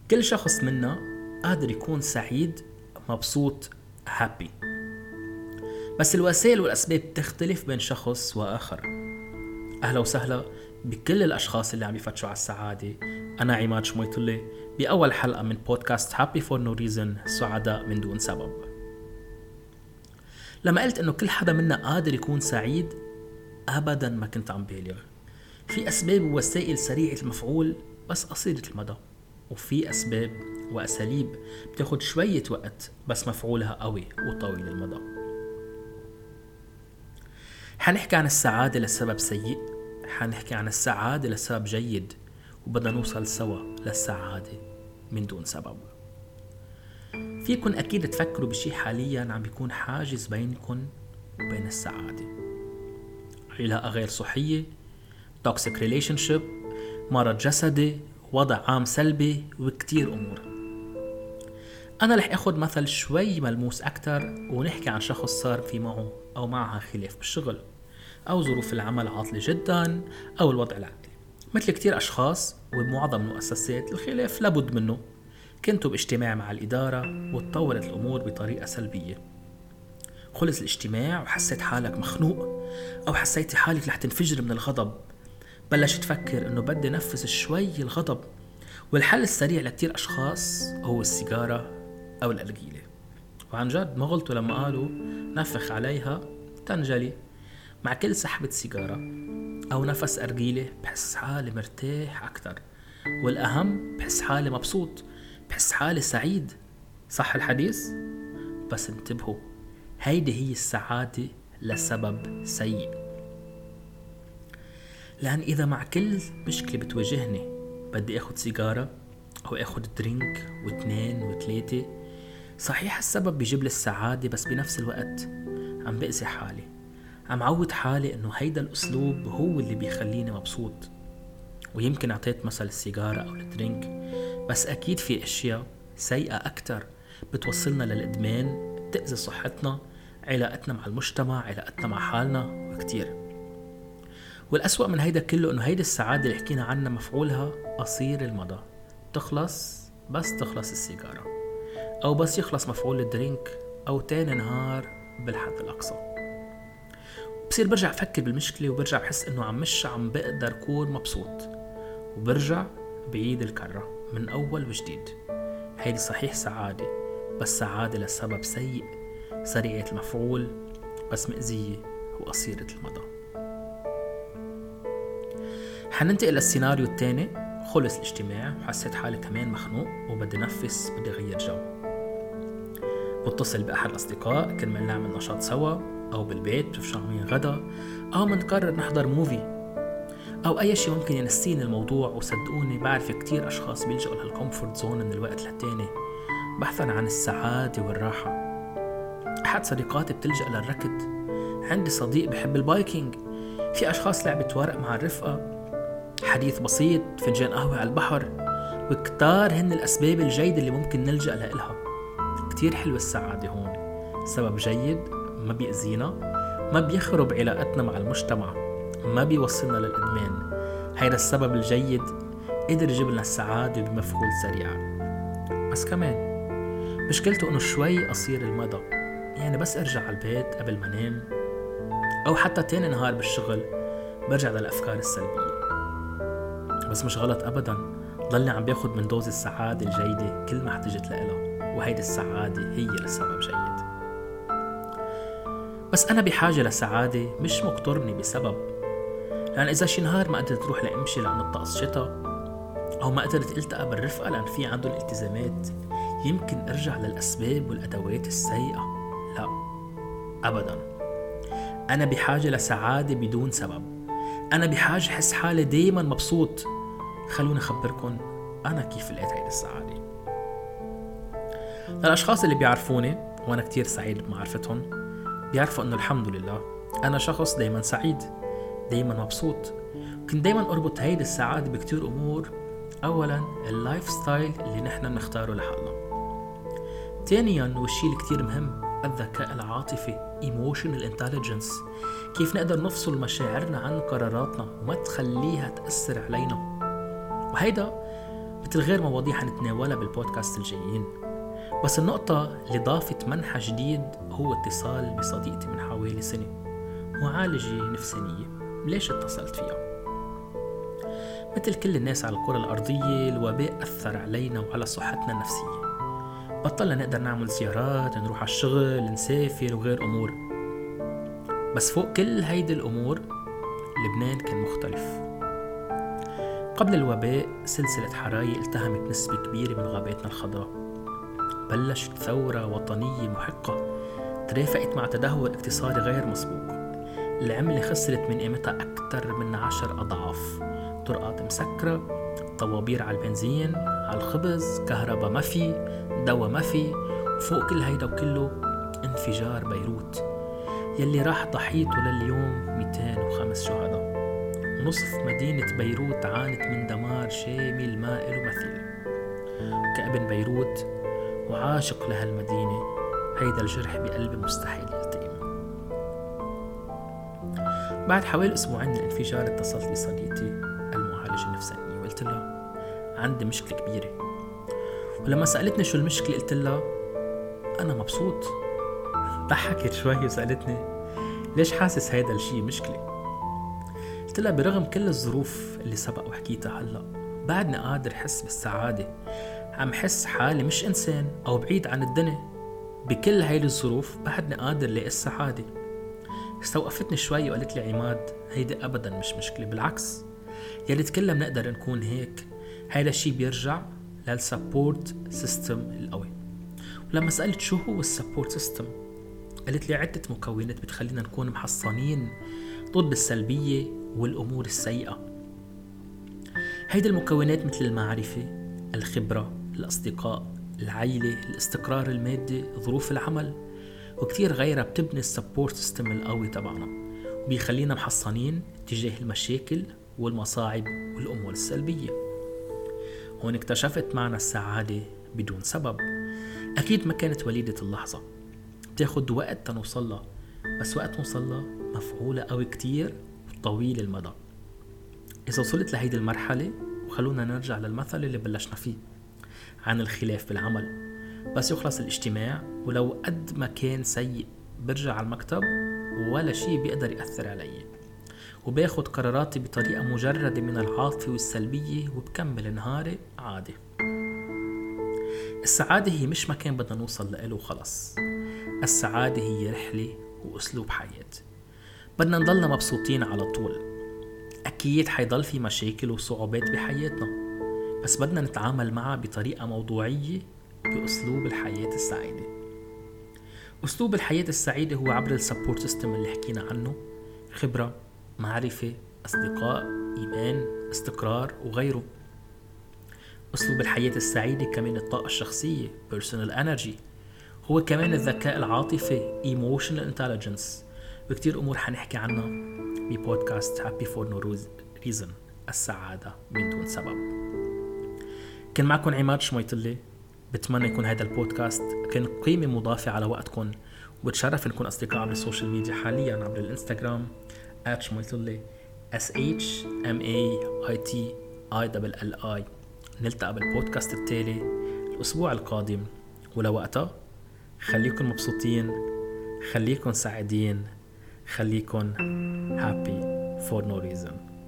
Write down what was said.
كل شخص منا قادر يكون سعيد مبسوط happy، بس الوسائل والأسباب بتختلف بين شخص وآخر. أهلا وسهلا بكل الأشخاص اللي عم يفتشوا على السعادة. أنا عماد شميطلي بأول حلقة من بودكاست Happy for no reason، سعداء من دون سبب. لما قلت إنه كل حدا منا قادر يكون سعيد، أبدا ما كنت عم بالغ. في أسباب ووسائل سريعة المفعول بس قصيرة المدى، وفي أسباب وأساليب بتاخد شوية وقت بس مفعولها قوي وطويل المدى. حنحكي عن السعادة لسبب سيء، حنحكي عن السعادة لسبب جيد، وبدنا نوصل سوا للسعادة من دون سبب. فيكن أكيد تفكروا بشي حاليا عم بيكون حاجز بينكن وبين السعادة: علاقة غير صحية، toxic relationship، مرض جسدي، وضع عام سلبي، وكتير أمور. أنا رح أخذ مثل شوي ملموس أكتر، ونحكي عن شخص صار في معه أو معها خلاف بالشغل، أو ظروف العمل عاطلة جدا، أو الوضع العائلي. مثل كتير أشخاص وبمعظم المؤسسات الخلاف لابد منه. كنتوا باجتماع مع الإدارة وتطورت الأمور بطريقة سلبية. خلص الاجتماع وحسيت حالك مخنوق، أو حسيت حالك رح تنفجر من الغضب. بلشت تفكر إنه بدي نفس شوي الغضب، والحل السريع لكتير أشخاص هو السيجارة أو الأرجيلة. وعن جد ما غلطوا لما قالوا نفخ عليها تنجلي. مع كل سحبة سيجارة أو نفس أرجيلة بحس حالي مرتاح أكتر، والأهم بحس حالي مبسوط، بحس حالي سعيد. صح الحديث؟ بس انتبهوا، هيدي هي السعادة لسبب سيء. لأن إذا مع كل مشكلة بتواجهني بدي أخذ سيجارة أو أخذ درينك واثنين وثلاثة، صحيح السبب بيجيب لي السعادة، بس بنفس الوقت عم بأذي حالي، عم عود حالي إنه هيدا الأسلوب هو اللي بيخليني مبسوط. ويمكن أعطيت مثل السيجارة أو الدرينك، بس أكيد في أشياء سيئة أكتر بتوصلنا للإدمان، بتأذي صحتنا، علاقتنا مع المجتمع، علاقتنا مع حالنا، وكتير. والأسوأ من هيدا كله إنه هيدا السعادة اللي حكينا عنها مفعولها قصير المدى، تخلص بس تخلص السيجارة، أو بس يخلص مفعول الدرينك، أو تاني نهار بالحد الأقصى. بصير برجع أفكر بالمشكلة، وبرجع بحس إنه مش عم بقدر كون مبسوط، وبرجع بعيد الكرة من أول وجديد. هيدي صحيح سعادة، بس سعادة لسبب سيء، سريعة المفعول بس مأذية وقصيرة المدى. حننتقل للسيناريو الثاني. خلص الاجتماع وحسيت حالي كمان مخنوق وبدي نفس، بدي غير جو. بتصل بأحد الأصدقاء كرمال نعمل نشاط سوا، أو بالبيت بشامين غدا، أو منقرر نحضر موفي، أو أي شيء ممكن ينسيني الموضوع. وصدقوني بعرف كتير أشخاص بيلجأوا لهالكومفورت زون من الوقت للتاني بحثا عن السعادة والراحة. أحد صديقاتي بتلجأ للركض، عندي صديق بحب البايكينج، في أشخاص لعبة ورق مع الرفقة، حديث بسيط، فنجان قهوة على البحر، وكتار هن الأسباب الجيدة اللي ممكن نلجأ لها. كتير حلوة السعادة هون، سبب جيد، ما بيأذينا، ما بيخرب علاقتنا مع المجتمع، ما بيوصلنا للإدمان. هيدا السبب الجيد قدر يجيب لنا السعادة بمفعول سريع، بس كمان مشكلته إنه شوي قصير المدى. يعني بس أرجع على البيت قبل ما نام، أو حتى تاني نهار بالشغل برجع للأفكار السلبية. بس مش غلط أبدا، ضلني عم باخد من دوز السعادة الجيدة كل ما احتجت لها، وهيدي السعادة هي لسبب جيد. بس أنا بحاجة لسعادة مش مقترني بسبب. لأن إذا شي نهار ما قدرت روح لأمشي لأن الطقس شتا، أو ما قدرت التقى بالرفقة لأن في عندهم التزامات، يمكن أرجع للأسباب والأدوات السيئة. لا أبدا، أنا بحاجة لسعادة بدون سبب. أنا بحاجة أحس حالي دايما مبسوط. خلوني أخبركن أنا كيف لقيت هيدي السعادة. للأشخاص اللي بيعرفوني وأنا كتير سعيد بمعرفتهم، بيعرفوا أنه الحمد لله أنا شخص دايما سعيد، دايما مبسوط. كنت دايما أربط هيدي السعادة بكتير أمور. أولا اللايف ستايل اللي نحن بنختاره لحالنا. ثانيا والشي اللي كتير مهم، الذكاء العاطفي emotional intelligence، كيف نقدر نفصل مشاعرنا عن قراراتنا وما تخليها تأثر علينا. وهيدا مثل غير مواضيع حنتناولها بالبودكاست الجايين. بس النقطة اللي ضافت منحى جديد هو اتصال بصديقتي من حوالي سنة، معالجة نفسانية. ليش اتصلت فيها؟ مثل كل الناس على الكرة الأرضية، الوباء أثر علينا وعلى صحتنا النفسية. بطلنا نقدر نعمل زيارات، نروح على الشغل، نسافر وغير أمور. بس فوق كل هيدي الأمور لبنان كان مختلف. قبل الوباء سلسلة حرايق التهمت نسبة كبيرة من غاباتنا الخضراء. بلشت ثورة وطنية محقة ترافقت مع تدهور اقتصادي غير مسبوق. العملة خسرت من قيمتها أكثر من 10 أضعاف. طرقات مسكرة، طوابير على البنزين، على الخبز، كهرباء ما في، دواء ما في، وفوق كل هيدا وكله انفجار بيروت يلي راح ضحيته لليوم 205 شهداء. نصف مدينة بيروت عانت من دمار شامل ما له مثيل. كابن بيروت وعاشق لهالمدينة، هيدا الجرح بقلبي مستحيل يلتئم. بعد حوالي أسبوعين من الانفجار اتصلت بصديقتي المعالجة النفسانية وقلت لها عندي مشكلة كبيرة. ولما سألتني شو المشكلة قلت لها أنا مبسوط. ضحكت شوي وسألتني ليش حاسس هيدا الشيء مشكلة؟ قلت لها برغم كل الظروف اللي سبق وحكيتها هلأ بعدني قادر حس بالسعادة. عم حس حالي مش إنسان أو بعيد عن الدنيا. بكل هاي الظروف بعدني قادر لاقي السعادة. استوقفتني شوي وقالت لي عماد هيدا أبدا مش مشكلة، بالعكس يلي كلنا بنقدر نكون هيك. هيدا الشي بيرجع للسبورت سيستم القوي. ولما سألت شو هو السبورت سيستم قالت لي عدة مكونات بتخلينا نكون محصنين ضد السلبية والأمور السيئة. هيدا المكونات مثل المعرفة، الخبرة، الأصدقاء، العائلة، الاستقرار المادي، ظروف العمل وكتير غيرها بتبني السبورت سيستم القوي تبعنا وبيخلينا محصنين تجاه المشاكل والمصاعب والأمور السلبية. هون اكتشفت معنى السعادة بدون سبب. أكيد ما كانت وليدة اللحظة، بتاخد وقت تنوصلها، بس وقت نوصلها مفعولة قوي كتير وطويل المدى. إذا وصلت لهيدي المرحلة وخلونا نرجع للمثل اللي بلشنا فيه عن الخلاف بالعمل. بس يخلص الاجتماع ولو قد ما كان سيء برجع على المكتب ولا شيء بيقدر يأثر علي، وباخد قراراتي بطريقة مجردة من العاطفة والسلبية وبكمل نهاري عادي. السعادة هي مش مكان بدنا نوصل لإله وخلص. السعادة هي رحلة وأسلوب حياة. بدنا نضلنا مبسوطين على طول. أكيد حيضل في مشاكل وصعوبات بحياتنا، بس بدنا نتعامل معها بطريقة موضوعية بأسلوب الحياة السعيدة. أسلوب الحياة السعيدة هو عبر السبورت سيستم اللي حكينا عنه: خبرة، معرفة، أصدقاء، إيمان، استقرار وغيره. أسلوب الحياة السعيدة كمان الطاقة الشخصية personal energy، هو كمان الذكاء العاطفي emotional intelligence، وكتير أمور حنحكي عنها ببودكاست Happy for no reason، السعادة من دون سبب. كان معكم عماد شميطلي. بتمنى يكون هذا البودكاست كان قيمة مضافة على وقتكم، وبتشرف نكون أصدقاء عبر السوشيال ميديا حاليا عبر الانستغرام @شميطلي SHMAITILLI. نلتقى بالبودكاست التالي الأسبوع القادم، ولوقتها خليكن مبسوطين، خليكن سعيدين، خليكن happy for no reason.